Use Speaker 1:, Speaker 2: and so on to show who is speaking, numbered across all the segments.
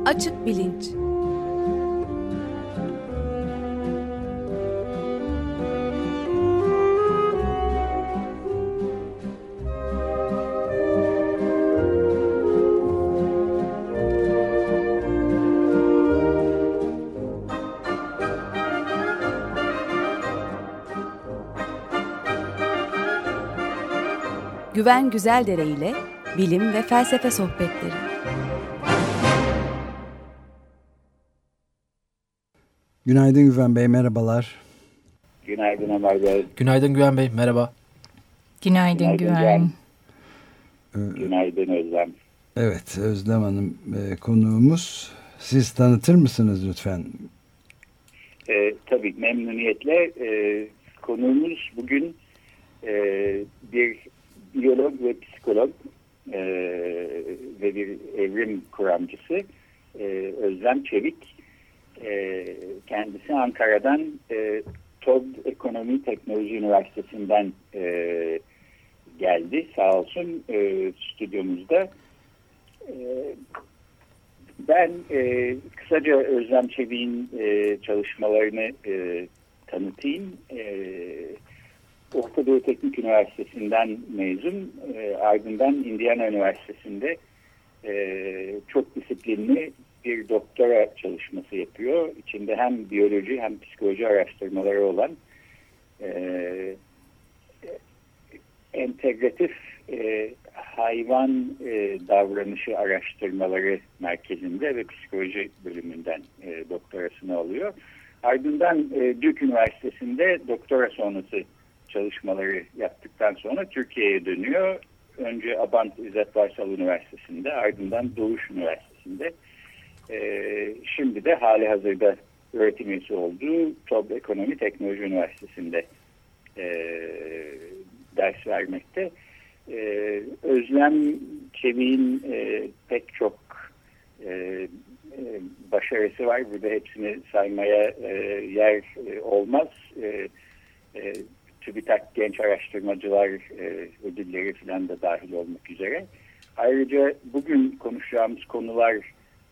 Speaker 1: Açık bilinç. Güven Güzeldere ile bilim ve felsefe sohbetleri.
Speaker 2: Günaydın Güven Bey, merhabalar.
Speaker 3: Günaydın Ömer Bey.
Speaker 4: Günaydın Güven Bey, merhaba.
Speaker 5: Günaydın Güven.
Speaker 3: Günaydın Özlem.
Speaker 2: Evet, Özlem Hanım konuğumuz. Siz tanıtır mısınız lütfen?
Speaker 3: Tabii memnuniyetle. Konuğumuz bugün bir biyolog ve psikolog ve bir evrim kuramcısı Özlem Çevik. Kendisi Ankara'dan TOB Ekonomi Teknoloji Üniversitesi'nden geldi. Sağ olsun stüdyomuzda. Ben kısaca Özlem Çevik'in çalışmalarını tanıtayım. Orta Doğu Teknik Üniversitesi'nden mezun. Ardından Indiana Üniversitesi'nde çok disiplinli bir doktora çalışması yapıyor. İçinde hem biyoloji hem psikoloji araştırmaları olan entegratif hayvan davranışı araştırmaları merkezinde ve psikoloji bölümünden doktorasını alıyor. Ardından Duke Üniversitesi'nde doktora sonrası çalışmaları yaptıktan sonra Türkiye'ye dönüyor. Önce Abant İzzet Baysal Üniversitesi'nde, ardından Doğuş Üniversitesi'nde. Şimdi de hali hazırda öğretim üyesi olduğu TOB Ekonomi Teknoloji Üniversitesi'nde ders vermekte. Özlem Çevik'in pek çok başarısı var. Burada hepsini saymaya yer olmaz. TÜBİTAK Genç Araştırmacılar ödülleri falan da dahil olmak üzere. Ayrıca bugün konuşacağımız konulara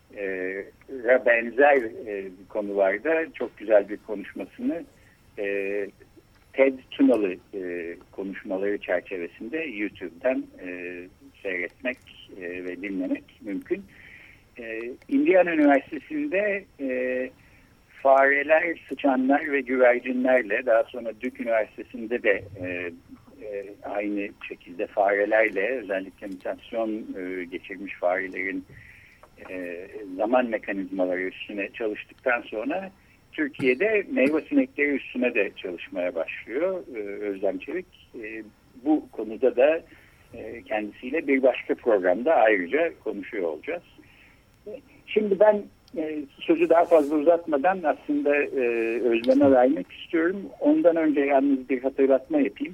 Speaker 3: benzer konularda çok güzel bir konuşmasını TED Tunalı konuşmaları çerçevesinde YouTube'dan seyretmek ve dinlemek mümkün. Indiana Üniversitesi'nde fareler, sıçanlar ve güvercinlerle, daha sonra Duke Üniversitesi'nde de aynı şekilde farelerle, özellikle mutasyon geçirmiş farelerin zaman mekanizmaları üstüne çalıştıktan sonra Türkiye'de meyve sinekleri üstüne de çalışmaya başlıyor Özlem Çevik. Bu konuda da kendisiyle bir başka programda ayrıca konuşuyor olacağız. Şimdi ben sözü daha fazla uzatmadan aslında Özlem'e vermek istiyorum. Ondan önce yalnız bir hatırlatma yapayım.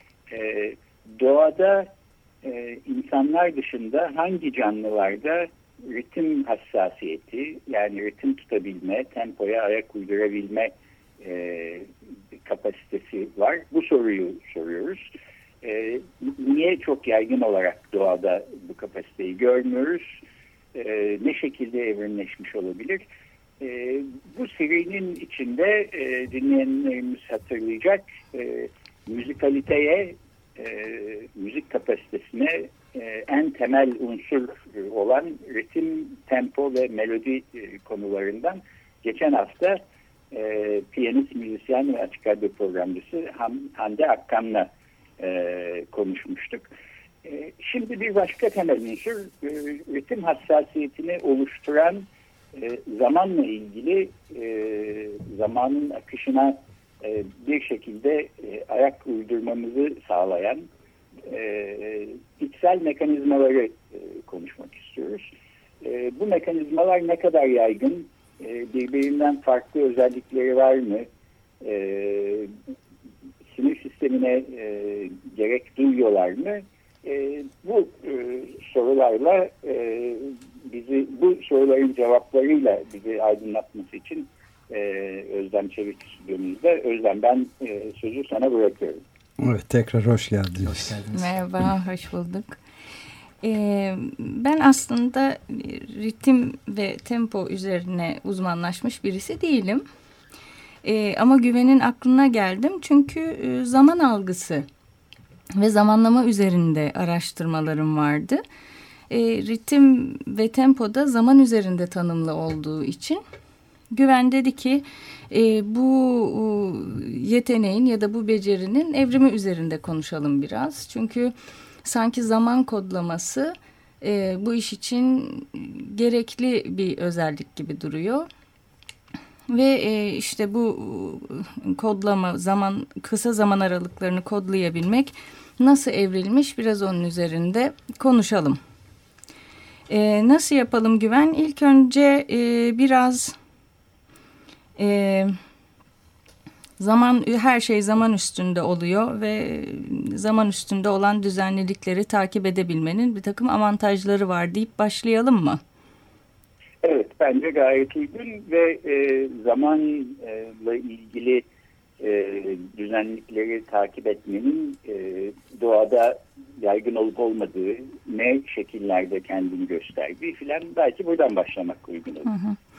Speaker 3: Doğada insanlar dışında hangi canlılarda ritim hassasiyeti, yani ritim tutabilme, tempoya ayak uydurabilme kapasitesi var? Bu soruyu soruyoruz. Niye çok yaygın olarak doğada bu kapasiteyi görmüyoruz? Ne şekilde evrimleşmiş olabilir? Bu serinin içinde dinleyenlerimiz hatırlayacak, müzikaliteye, müzik kapasitesine en temel unsur olan ritim, tempo ve melodi konularından geçen hafta piyanist, müzisyen ve açık radyo programcısı Hande Akkan'la konuşmuştuk. Şimdi bir başka temel unsur ritim hassasiyetini oluşturan zamanla ilgili zamanın akışına bir şekilde ayak uydurmamızı sağlayan içsel mekanizmaları konuşmak istiyoruz. Bu mekanizmalar ne kadar yaygın, birbirinden farklı özellikleri var mı, sinir sistemine gerek duyuyorlar mı? Bu sorularla bu soruların cevaplarıyla bizi aydınlatması için Özlem Çevik stüdyomuzda. Özlem, ben sözü sana bırakıyorum.
Speaker 2: Evet, tekrar hoş geldiniz.
Speaker 5: Merhaba, hoş bulduk. Ben aslında ritim ve tempo üzerine uzmanlaşmış birisi değilim. Ama Güven'in aklına geldim çünkü zaman algısı ve zamanlama üzerinde araştırmalarım vardı. Ritim ve tempo da zaman üzerinde tanımlı olduğu için Güven dedi ki bu yeteneğin ya da bu becerinin evrimi üzerinde konuşalım biraz. Çünkü sanki zaman kodlaması bu iş için gerekli bir özellik gibi duruyor. Ve işte bu kodlama, kısa zaman aralıklarını kodlayabilmek nasıl evrilmiş, biraz onun üzerinde konuşalım. Nasıl yapalım Güven? İlk önce biraz her şey zaman üstünde oluyor ve zaman üstünde olan düzenlilikleri takip edebilmenin bir takım avantajları var deyip başlayalım mı?
Speaker 3: Evet, bence gayet uygun ve zamanla ilgili düzenlikleri takip etmenin doğada yaygın olup olmadığı, ne şekillerde kendini gösterdiği filan, belki buradan başlamak uygun olur.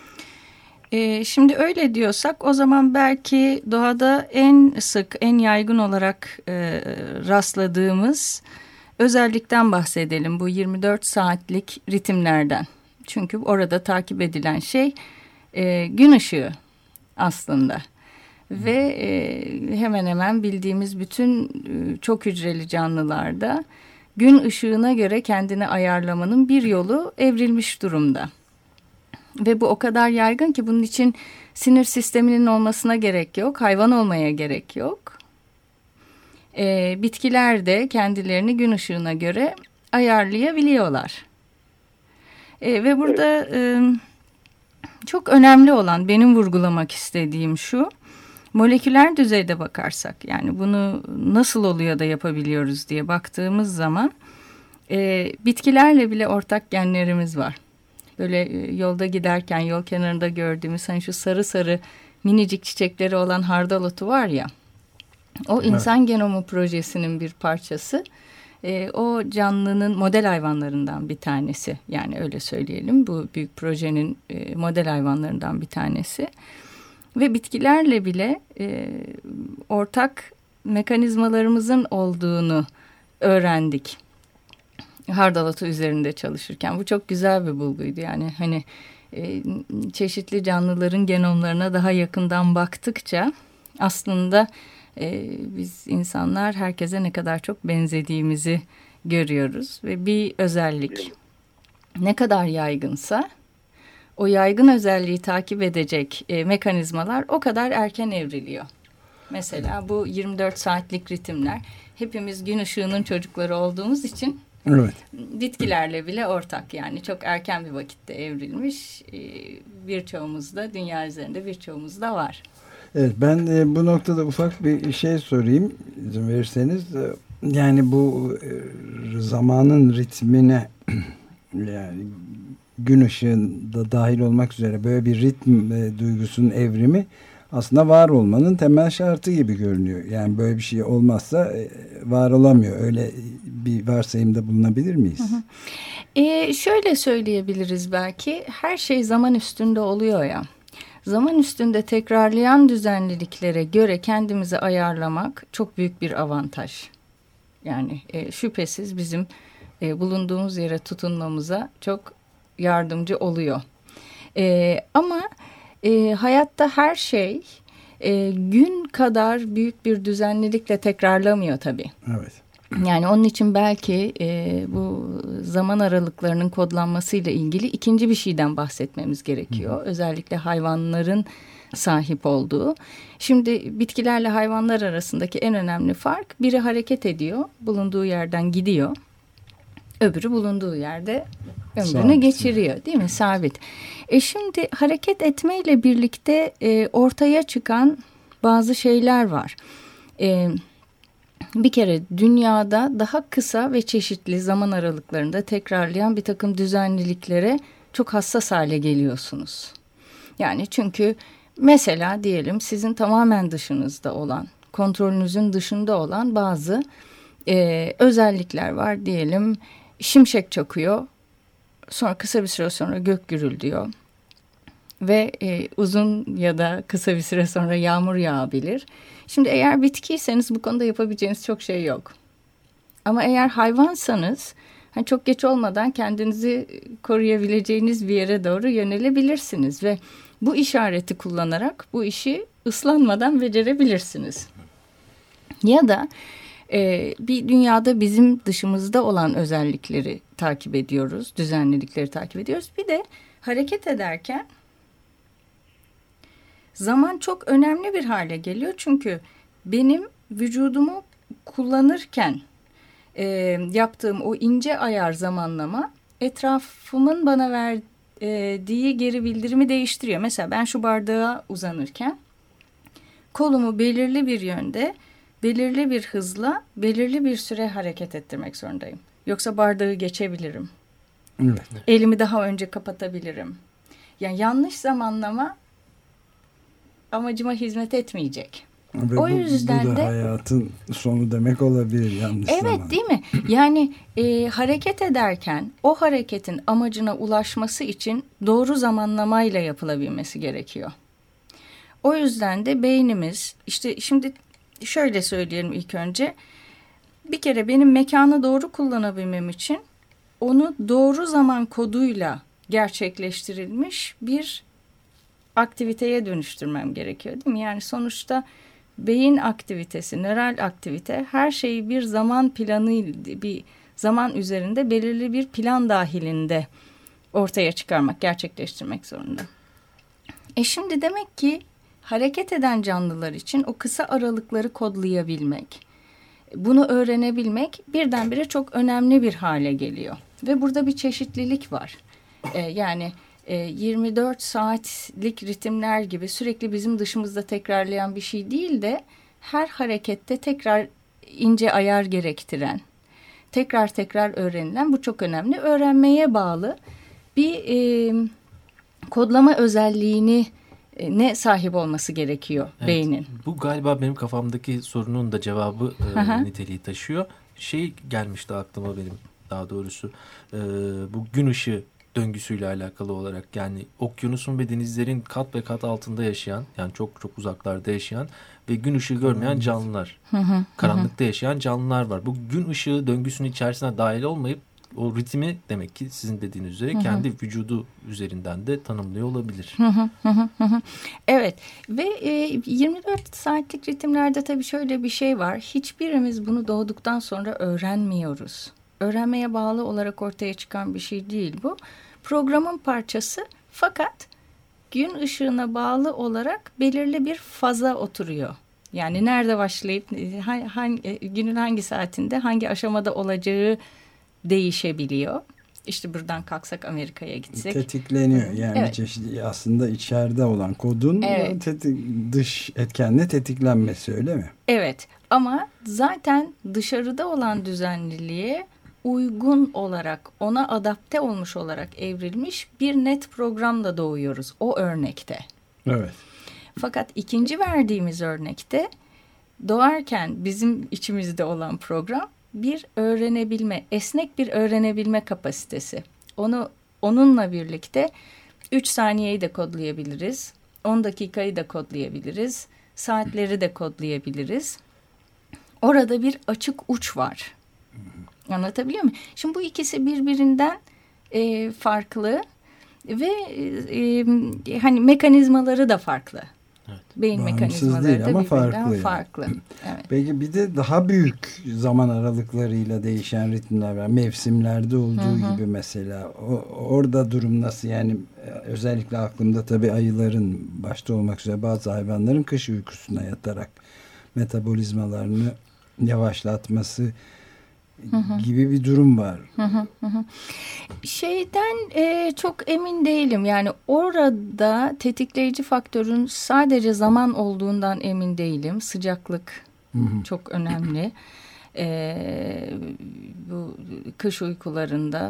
Speaker 5: Şimdi öyle diyorsak o zaman belki doğada en sık, en yaygın olarak rastladığımız özellikten bahsedelim. Bu 24 saatlik ritimlerden. Çünkü orada takip edilen şey gün ışığı aslında. Ve hemen hemen bildiğimiz bütün çok hücreli canlılarda gün ışığına göre kendini ayarlamanın bir yolu evrilmiş durumda. Ve bu o kadar yaygın ki bunun için sinir sisteminin olmasına gerek yok, hayvan olmaya gerek yok. Bitkiler de kendilerini gün ışığına göre ayarlayabiliyorlar. Ve burada çok önemli olan, benim vurgulamak istediğim şu: moleküler düzeyde bakarsak, yani bunu nasıl oluyor da yapabiliyoruz diye baktığımız zaman bitkilerle bile ortak genlerimiz var. Böyle yolda giderken yol kenarında gördüğümüz hani şu sarı sarı minicik çiçekleri olan hardal otu var ya, o insan genomu projesinin bir parçası. O canlının model hayvanlarından bir tanesi, yani öyle söyleyelim, bu büyük projenin model hayvanlarından bir tanesi. Ve bitkilerle bile ortak mekanizmalarımızın olduğunu öğrendik hardal otu üzerinde çalışırken. Bu çok güzel bir bulguydu. Yani hani çeşitli canlıların genomlarına daha yakından baktıkça aslında biz insanlar herkese ne kadar çok benzediğimizi görüyoruz. Ve bir özellik ne kadar yaygınsa o yaygın özelliği takip edecek mekanizmalar o kadar erken evriliyor. Mesela bu 24 saatlik ritimler, hepimiz gün ışığının çocukları olduğumuz için
Speaker 2: evet,
Speaker 5: bitkilerle bile ortak, yani çok erken bir vakitte evrilmiş, birçoğumuzda, dünya üzerinde birçoğumuzda var. Evet,
Speaker 2: ben bu noktada ufak bir şey sorayım izin verirseniz. Yani bu zamanın ritmine yani gün ışığında dahil olmak üzere böyle bir ritim duygusunun evrimi aslında var olmanın temel şartı gibi görünüyor. Yani böyle bir şey olmazsa var olamıyor. Öyle bir varsayımda bulunabilir miyiz?
Speaker 5: Şöyle söyleyebiliriz belki. Her şey zaman üstünde oluyor ya. Zaman üstünde tekrarlayan düzenliliklere göre kendimizi ayarlamak çok büyük bir avantaj. Yani şüphesiz bizim bulunduğumuz yere tutunmamıza çok yardımcı oluyor. Ama hayatta her şey gün kadar büyük bir düzenlilikle tekrarlamıyor tabii.
Speaker 2: Evet.
Speaker 5: Yani onun için belki bu zaman aralıklarının kodlanmasıyla ilgili ikinci bir şeyden bahsetmemiz gerekiyor. Özellikle hayvanların sahip olduğu. Şimdi bitkilerle hayvanlar arasındaki en önemli fark, biri hareket ediyor, bulunduğu yerden gidiyor. Öbürü bulunduğu yerde ömrünü geçiriyor, değil mi? Sabit. Şimdi hareket etmeyle birlikte ortaya çıkan bazı şeyler var. Bir kere dünyada daha kısa ve çeşitli zaman aralıklarında tekrarlayan bir takım düzenliliklere çok hassas hale geliyorsunuz. Yani çünkü mesela diyelim sizin tamamen dışınızda olan, kontrolünüzün dışında olan bazı özellikler var. Diyelim şimşek çakıyor. Sonra kısa bir süre sonra gök gürülüyor. Ve uzun ya da kısa bir süre sonra yağmur yağabilir. Şimdi eğer bitkiyseniz bu konuda yapabileceğiniz çok şey yok. Ama eğer hayvansanız hani çok geç olmadan kendinizi koruyabileceğiniz bir yere doğru yönelebilirsiniz. Ve bu işareti kullanarak bu işi ıslanmadan becerebilirsiniz. Ya da bir dünyada bizim dışımızda olan özellikleri takip ediyoruz, düzenlilikleri takip ediyoruz. Bir de hareket ederken zaman çok önemli bir hale geliyor. Çünkü benim vücudumu kullanırken yaptığım o ince ayar zamanlama etrafımın bana verdiği geri bildirimi değiştiriyor. Mesela ben şu bardağa uzanırken kolumu belirli bir yönde, belirli bir hızla, belirli bir süre hareket ettirmek zorundayım. Yoksa bardağı geçebilirim.
Speaker 2: Evet.
Speaker 5: Elimi daha önce kapatabilirim. Yani yanlış zamanlama amacıma hizmet etmeyecek.
Speaker 2: Ve
Speaker 5: o yüzden
Speaker 2: bu da
Speaker 5: de
Speaker 2: hayatın sonu demek olabilir yanlış
Speaker 5: evet
Speaker 2: zaman.
Speaker 5: Değil mi? Yani hareket ederken o hareketin amacına ulaşması için doğru zamanlamayla yapılabilmesi gerekiyor. O yüzden de beynimiz işte şimdi şöyle söyleyelim ilk önce. Bir kere benim mekanı doğru kullanabilmem için onu doğru zaman koduyla gerçekleştirilmiş bir aktiviteye dönüştürmem gerekiyor, değil mi? Yani sonuçta beyin aktivitesi, nöral aktivite her şeyi bir zaman planı, bir zaman üzerinde belirli bir plan dahilinde ortaya çıkarmak, gerçekleştirmek zorunda. Şimdi demek ki hareket eden canlılar için o kısa aralıkları kodlayabilmek, bunu öğrenebilmek birdenbire çok önemli bir hale geliyor. Ve burada bir çeşitlilik var. Yani 24 saatlik ritimler gibi sürekli bizim dışımızda tekrarlayan bir şey değil de her harekette tekrar ince ayar gerektiren, tekrar tekrar öğrenilen, bu çok önemli. Öğrenmeye bağlı bir kodlama özelliğini ne sahip olması gerekiyor beynin.
Speaker 4: Bu galiba benim kafamdaki sorunun da cevabı niteliği taşıyor. Şey gelmişti aklıma benim daha doğrusu bu gün ışığı döngüsüyle alakalı olarak, yani okyanusun ve denizlerin kat ve kat altında yaşayan, yani çok çok uzaklarda yaşayan ve gün ışığı görmeyen canlılar, karanlıkta yaşayan canlılar var. Bu gün ışığı döngüsünün içerisine dahil olmayıp o ritmi demek ki sizin dediğiniz üzere kendi vücudu üzerinden de tanımlıyor olabilir.
Speaker 5: Evet ve 24 saatlik ritimlerde tabii şöyle bir şey var. Hiçbirimiz bunu doğduktan sonra öğrenmiyoruz. Öğrenmeye bağlı olarak ortaya çıkan bir şey değil bu. Programın parçası, fakat gün ışığına bağlı olarak belirli bir faza oturuyor. Yani nerede başlayıp günün hangi saatinde hangi aşamada olacağı değişebiliyor. İşte buradan kalksak Amerika'ya gitsek.
Speaker 2: Tetikleniyor. Yani bir çeşit aslında içeride olan kodun dış etkenle tetiklenmesi, öyle mi?
Speaker 5: Evet, ama zaten dışarıda olan düzenliliğe uygun olarak, ona adapte olmuş olarak evrilmiş bir net programla doğuyoruz o örnekte.
Speaker 2: Evet.
Speaker 5: Fakat ikinci verdiğimiz örnekte doğarken bizim içimizde olan program bir öğrenebilme, esnek bir öğrenebilme kapasitesi. Onunla birlikte 3 saniyeyi de kodlayabiliriz, 10 dakikayı da kodlayabiliriz, saatleri de kodlayabiliriz. Orada bir açık uç var. Anlatabiliyor muyum? Şimdi bu ikisi birbirinden farklı ve hani mekanizmaları da farklı.
Speaker 4: Evet.
Speaker 5: Beyin
Speaker 2: Bağımsız
Speaker 5: mekanizmaları
Speaker 2: değil
Speaker 5: da
Speaker 2: ama
Speaker 5: birbirinden
Speaker 2: farklı.
Speaker 5: Evet.
Speaker 2: Peki bir de daha büyük zaman aralıklarıyla değişen ritimler var. Mevsimlerde olduğu gibi mesela. Orada durum nasıl? Yani özellikle aklımda tabii ayıların başta olmak üzere bazı hayvanların kış uykusuna yatarak metabolizmalarını yavaşlatması gibi bir durum var.
Speaker 5: Şeyden çok emin değilim. Yani orada tetikleyici faktörün sadece zaman olduğundan emin değilim. Sıcaklık çok önemli. Bu kış uykularında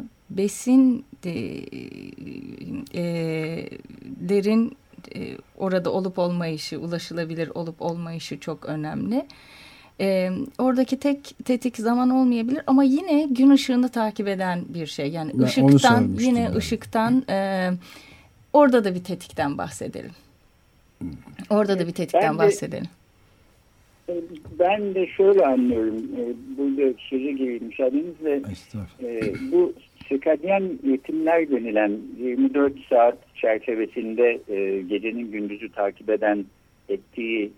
Speaker 5: besinlerin orada olup olmayışı, ulaşılabilir olup olmayışı çok önemli. Oradaki tek tetik zaman olmayabilir ama yine gün ışığını takip eden bir şey. Yani
Speaker 2: ben
Speaker 5: ışıktan, yine ışıktan orada da bir tetikten bahsedelim. Orada da bir tetikten bahsedelim.
Speaker 3: Ben de şöyle anlıyorum. Burada söze gireyim müsaadenizle. Bu sirkadyen ritimler denilen 24 saat çerçevesinde gecenin gündüzü takip eden ettiği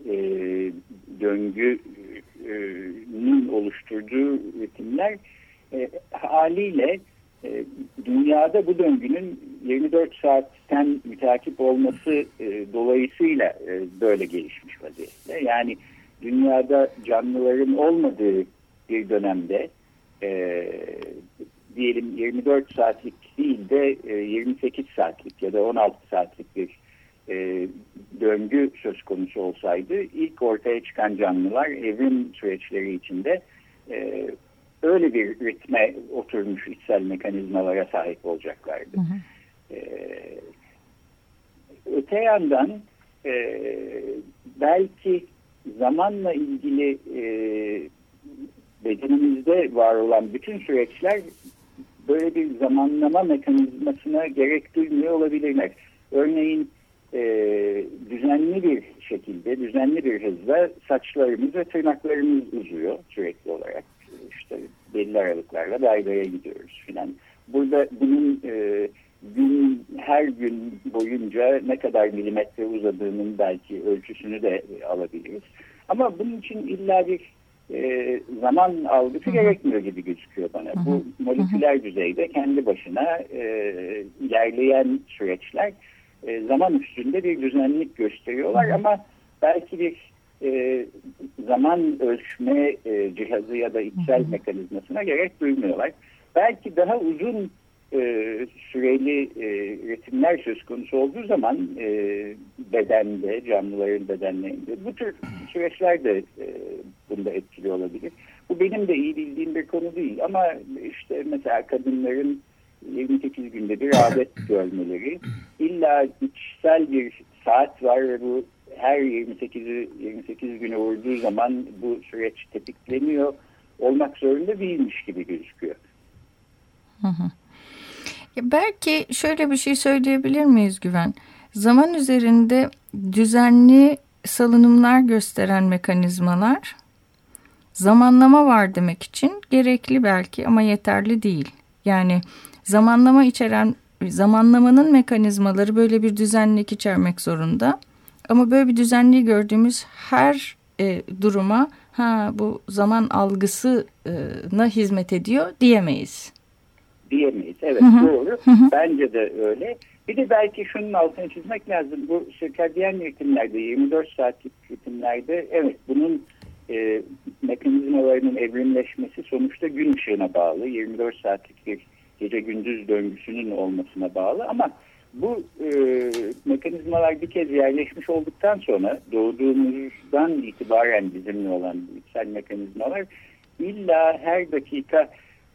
Speaker 3: döngünün oluşturduğu ritimler haliyle dünyada bu döngünün 24 saatten mütakip olması dolayısıyla böyle gelişmiş vaziyette. Yani dünyada canlıların olmadığı bir dönemde diyelim 24 saatlik değil de 28 saatlik ya da 16 saatlik bir döngü söz konusu olsaydı ilk ortaya çıkan canlılar evrim süreçleri içinde öyle bir ritme oturmuş içsel mekanizmalara sahip olacaklardı. Hı hı. Öte yandan belki zamanla ilgili bedenimizde var olan bütün süreçler böyle bir zamanlama mekanizmasına gerek duymuyor olabilirler. Örneğin düzenli bir şekilde, düzenli bir hızla saçlarımız ve tırnaklarımız uzuyor sürekli olarak. İşte belli aralıklarla daireye gidiyoruz filan. Burada bunun her gün boyunca ne kadar milimetre uzadığının belki ölçüsünü de alabiliriz. Ama bunun için illa bir zaman algısı gerekmiyor gibi gözüküyor bana. Bu moleküler düzeyde kendi başına ilerleyen süreçler zaman üstünde bir düzenlilik gösteriyorlar ama belki bir zaman ölçme cihazı ya da içsel mekanizmasına gerek duymuyorlar. Belki daha uzun süreli ritimler söz konusu olduğu zaman bedende, canlıların bedenlerinde bu tür süreçler de bunda etkili olabilir. Bu benim de iyi bildiğim bir konu değil ama işte mesela kadınların 28 günde bir adet görmeleri, illa içsel bir saat var ve bu her 28 güne vurduğu zaman bu süreç tetikleniyor olmak zorunda değilmiş gibi gözüküyor.
Speaker 5: Hı hı. Belki şöyle bir şey söyleyebilir miyiz Güven? Zaman üzerinde düzenli salınımlar gösteren mekanizmalar zamanlama var demek için gerekli belki ama yeterli değil. Yani zamanlama içeren zamanlamanın mekanizmaları böyle bir düzenlilik içermek zorunda. Ama böyle bir düzenliği gördüğümüz her duruma bu zaman algısına hizmet ediyor diyemeyiz.
Speaker 3: Diyemeyiz. Evet, doğru. Bence de öyle. Bir de belki şunun altını çizmek lazım. Bu sirkadyen ritimlerde, 24 saatlik ritimlerde evet bunun mekanizmalarının evrimleşmesi sonuçta gün ışığına bağlı. 24 saatlik bir gece gündüz döngüsünün olmasına bağlı ama bu mekanizmalar bir kez yerleşmiş olduktan sonra doğduğumuzdan itibaren bizimle olan içsel mekanizmalar illa her dakika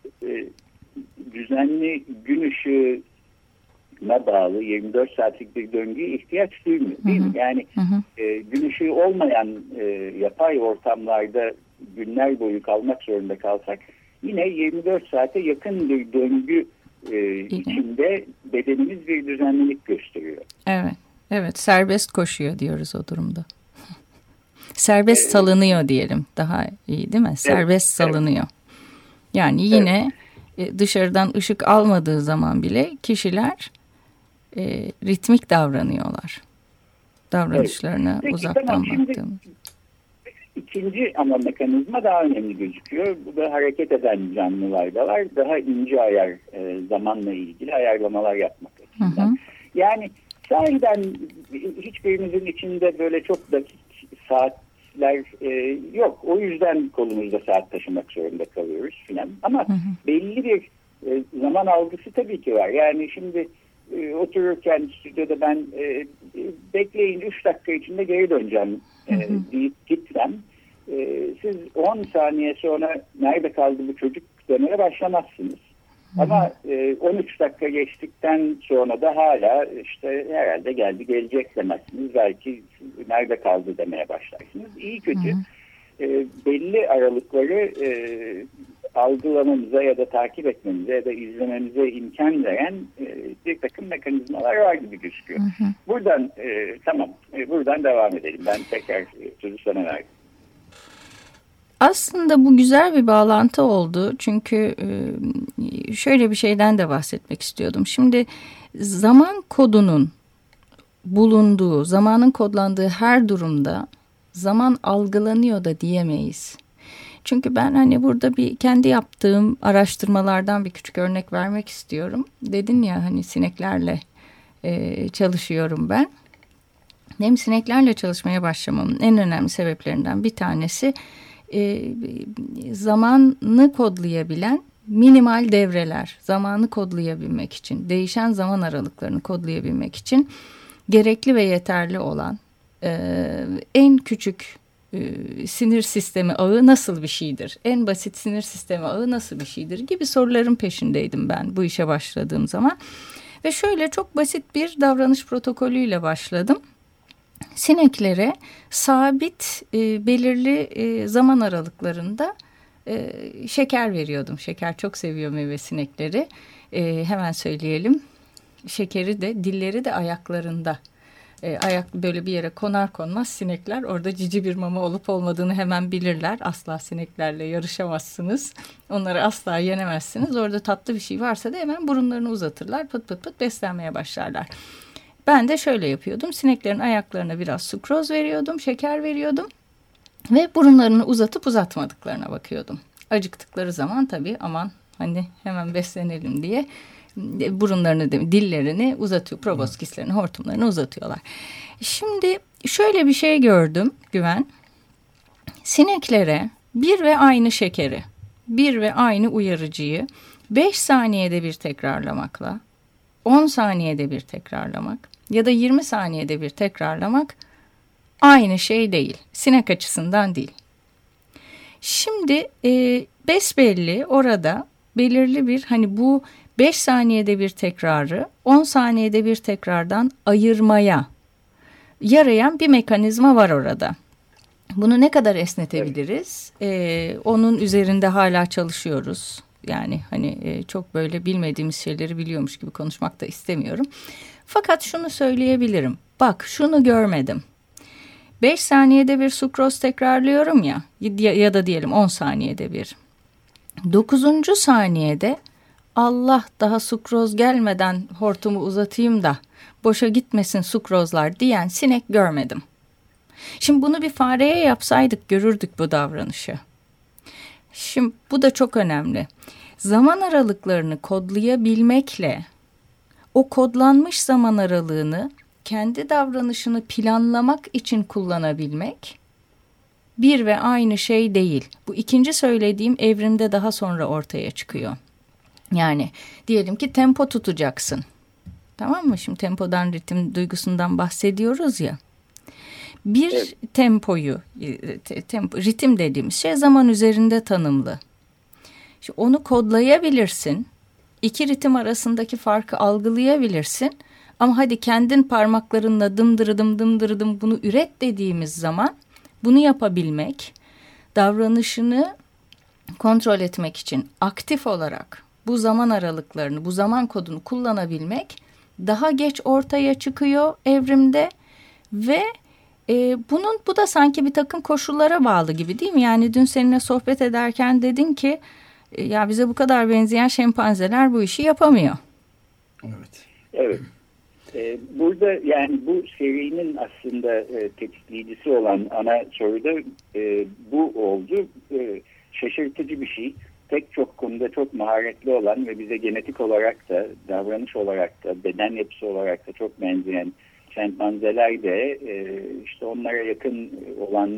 Speaker 3: düzenli gün ışığına bağlı 24 saatlik bir döngüye ihtiyaç duymuyor değil mi? Yani gün ışığı olmayan yapay ortamlarda günler boyu kalmak zorunda kalsak yine 24 saate yakın bir döngü içinde bedenimiz bir düzenlilik gösteriyor.
Speaker 5: Evet, serbest koşuyor diyoruz o durumda. Serbest salınıyor diyelim. Daha iyi değil mi? Serbest salınıyor. Yani yine dışarıdan ışık almadığı zaman bile kişiler ritmik davranıyorlar. Davranışlarına uzaktan baktığımız.
Speaker 3: İkinci ama mekanizma daha önemli gözüküyor. Bu da hareket eden canlılarda var. Daha ince ayar zamanla ilgili ayarlamalar yapmak açısından. Yani sahiden hiçbirimizin içinde böyle çok dakik saatler yok. O yüzden kolumuzda saat taşımak zorunda kalıyoruz filan. Ama belli bir zaman algısı tabii ki var. Yani şimdi otururken stüdyoda ben bekleyin 3 dakika içinde geri döneceğim deyip gitsem siz 10 saniye sonra nerede kaldı bu çocuk demeye başlamazsınız. Ama 13 dakika geçtikten sonra da hala işte herhalde geldi gelecek demezsiniz. Belki nerede kaldı demeye başlarsınız. İyi kötü belli aralıkları algılamamıza ya da takip etmemize ya da izlememize imkan veren bir takım mekanizmalar var gibi gözüküyor. Hı hı. Buradan buradan devam edelim. Ben tekrar sözü sana verdim.
Speaker 5: Aslında bu güzel bir bağlantı oldu. Çünkü şöyle bir şeyden de bahsetmek istiyordum. Şimdi zaman kodunun bulunduğu, zamanın kodlandığı her durumda zaman algılanıyor da diyemeyiz. Çünkü ben hani burada bir kendi yaptığım araştırmalardan bir küçük örnek vermek istiyorum. Dedin ya hani sineklerle çalışıyorum ben. Benim sineklerle çalışmaya başlamamın en önemli sebeplerinden bir tanesi zamanı kodlayabilen minimal devreler. Zamanı kodlayabilmek için, değişen zaman aralıklarını kodlayabilmek için gerekli ve yeterli olan en küçük sinir sistemi ağı nasıl bir şeydir? En basit sinir sistemi ağı nasıl bir şeydir? Gibi soruların peşindeydim ben bu işe başladığım zaman. Ve şöyle çok basit bir davranış protokolüyle başladım. Sineklere sabit belirli zaman aralıklarında şeker veriyordum. Şeker çok seviyor meyve sinekleri. Hemen söyleyelim. Şekeri de dilleri de ayaklarında. Ayak böyle bir yere konar konmaz sinekler orada cici bir mama olup olmadığını hemen bilirler. Asla sineklerle yarışamazsınız. Onları asla yenemezsiniz. Orada tatlı bir şey varsa da hemen burunlarını uzatırlar. Pıt pıt pıt beslenmeye başlarlar. Ben de şöyle yapıyordum. Sineklerin ayaklarına biraz sukroz veriyordum, şeker veriyordum. Ve burunlarını uzatıp uzatmadıklarına bakıyordum. Acıktıkları zaman tabii aman hani hemen beslenelim diye burunlarını, dillerini uzatıyor. Proboscislerini, hortumlarını uzatıyorlar. Şimdi şöyle bir şey gördüm Güven. Sineklere bir ve aynı şekeri, bir ve aynı uyarıcıyı 5 saniyede bir tekrarlamakla, 10 saniyede bir tekrarlamak ya da 20 saniyede bir tekrarlamak aynı şey değil. Sinek açısından değil. Şimdi besbelli orada belirli bir hani bu 5 saniyede bir tekrarı 10 saniyede bir tekrardan ayırmaya yarayan bir mekanizma var orada. Bunu ne kadar esnetebiliriz? Onun üzerinde hala çalışıyoruz. Yani hani çok böyle bilmediğimiz şeyleri biliyormuş gibi konuşmak da istemiyorum. Fakat şunu söyleyebilirim. Bak şunu görmedim. 5 saniyede bir sukroz tekrarlıyorum ya da diyelim 10 saniyede bir. 9. saniyede Allah daha sukroz gelmeden hortumu uzatayım da boşa gitmesin sukrozlar diyen sinek görmedim. Şimdi bunu bir fareye yapsaydık görürdük bu davranışı. Şimdi bu da çok önemli. Zaman aralıklarını kodlayabilmekle o kodlanmış zaman aralığını kendi davranışını planlamak için kullanabilmek bir ve aynı şey değil. Bu ikinci söylediğim evrimde daha sonra ortaya çıkıyor. Yani diyelim ki tempo tutacaksın. Tamam mı? Şimdi tempodan, ritim duygusundan bahsediyoruz ya. Bir tempoyu, ritim dediğimiz şey zaman üzerinde tanımlı. Şimdi onu kodlayabilirsin. İki ritim arasındaki farkı algılayabilirsin. Ama hadi kendin parmaklarınla dımdırıdım dımdırıdım bunu üret dediğimiz zaman bunu yapabilmek, davranışını kontrol etmek için aktif olarak bu zaman aralıklarını, bu zaman kodunu kullanabilmek daha geç ortaya çıkıyor evrimde ve bu da sanki bir takım koşullara bağlı gibi değil mi? Yani dün seninle sohbet ederken dedin ki ya bize bu kadar benzeyen şempanzeler bu işi yapamıyor.
Speaker 3: Evet. Burada yani bu serinin aslında tetikleyicisi olan ana soru da bu oldu. Şaşırtıcı bir şey. Pek çok konuda çok maharetli olan ve bize genetik olarak da, davranış olarak da, beden yapısı olarak da çok benzeyen şempanzeler de işte onlara yakın olan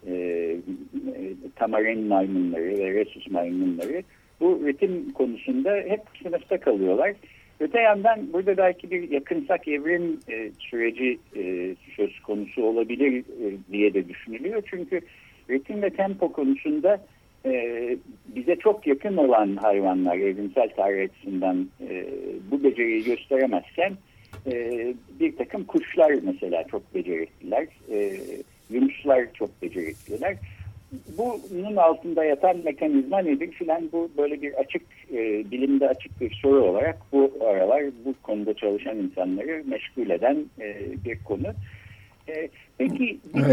Speaker 3: tamarin maymunları ve rhesus maymunları bu ritim konusunda hep sınıfta kalıyorlar. Öte yandan burada belki bir yakınsak evrim süreci söz konusu olabilir diye de düşünülüyor. Çünkü ritim ve tempo konusunda bize çok yakın olan hayvanlar evrimsel tarih açısından bu beceriyi gösteremezken bir takım kuşlar mesela çok becerikliler, yunuslar çok becerikliler. bunun altında yatan mekanizma nedir filan, bu böyle bir açık, bilimde açık bir soru olarak bu aralar bu konuda çalışan insanları meşgul eden bir konu. Peki bir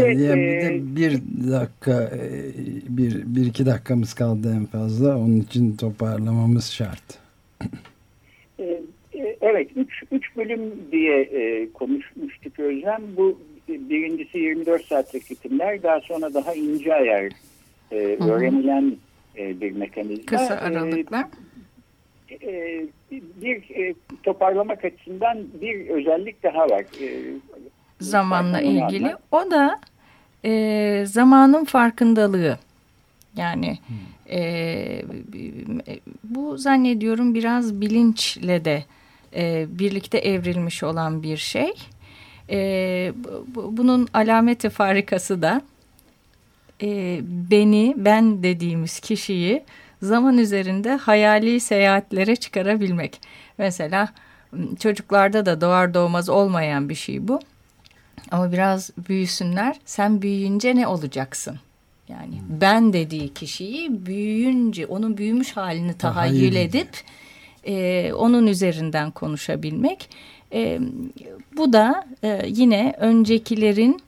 Speaker 2: bir iki dakikamız kaldı en fazla, onun için toparlamamız şart.
Speaker 3: Evet, üç bölüm diye konuşmuştuk Özlem. Bu birincisi 24 saatlik ritimler, daha sonra daha ince ayar öğrenilen bir mekanizma.
Speaker 5: Kısa aralıklar.
Speaker 3: Bir toparlamak açısından bir özellik daha var.
Speaker 5: Zamanla ilgili. O da zamanın farkındalığı. Yani bu zannediyorum biraz bilinçle de birlikte evrilmiş olan bir şey. Bunun alameti farikası da ben dediğimiz kişiyi zaman üzerinde hayali seyahatlere çıkarabilmek. Mesela çocuklarda da doğar doğmaz olmayan bir şey bu. Ama biraz büyüsünler, sen büyüyünce ne olacaksın? Yani ben dediği kişiyi büyüyünce onun büyümüş halini tahayyül edip onun üzerinden konuşabilmek. Bu da yine öncekilerin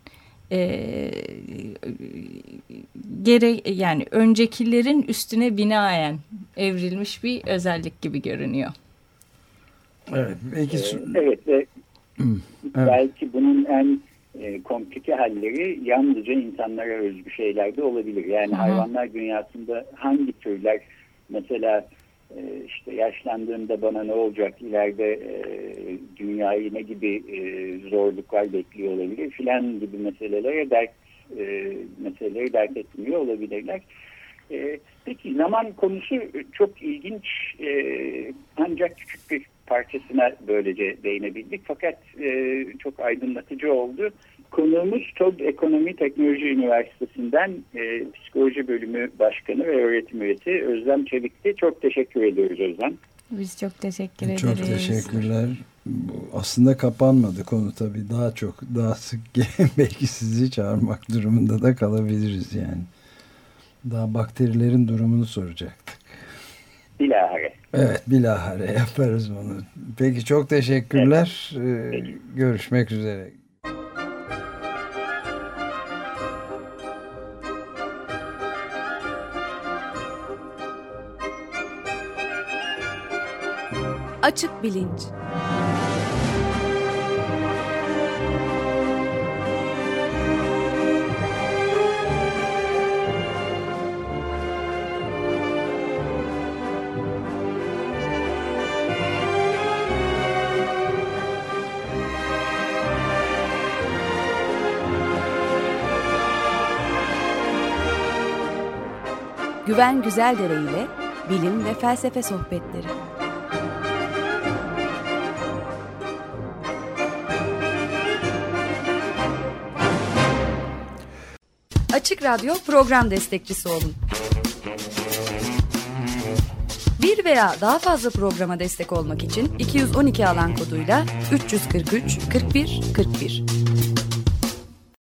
Speaker 5: yani öncekilerin üstüne binaen evrilmiş bir özellik gibi görünüyor.
Speaker 2: Evet. Peki.
Speaker 3: Evet. Belki bunun en komplike halleri yalnızca insanlara özgü şeyler de olabilir. Yani hayvanlar dünyasında hangi türler, mesela işte yaşlandığımda bana ne olacak, ileride dünyayı ne gibi zorluklar bekliyor olabilir filan gibi meseleleri dert etmiyor olabilirler. Peki zaman konusu çok ilginç, ancak küçük bir parçasına böylece değinebildik, fakat çok aydınlatıcı oldu. Konuğumuz TOB Ekonomi Teknoloji Üniversitesi'nden Psikoloji Bölümü Başkanı ve Öğretim Üyesi Özlem Çevik'ti. Çok teşekkür ediyoruz Özlem.
Speaker 5: Biz çok teşekkür ederiz.
Speaker 2: Çok teşekkürler. Aslında kapanmadı konu tabii. Daha sık belki sizi çağırmak durumunda da kalabiliriz yani. Daha bakterilerin durumunu soracaktık.
Speaker 3: Bilahare.
Speaker 2: Evet, bilahare yaparız bunu. Peki, çok teşekkürler. Evet. Görüşmek üzere.
Speaker 1: Açık bilinç. Güven Güzeldere ile bilim ve felsefe sohbetleri. Açık Radyo program destekçisi olun. Bir veya daha fazla programa destek olmak için 212 alan koduyla 343 41 41.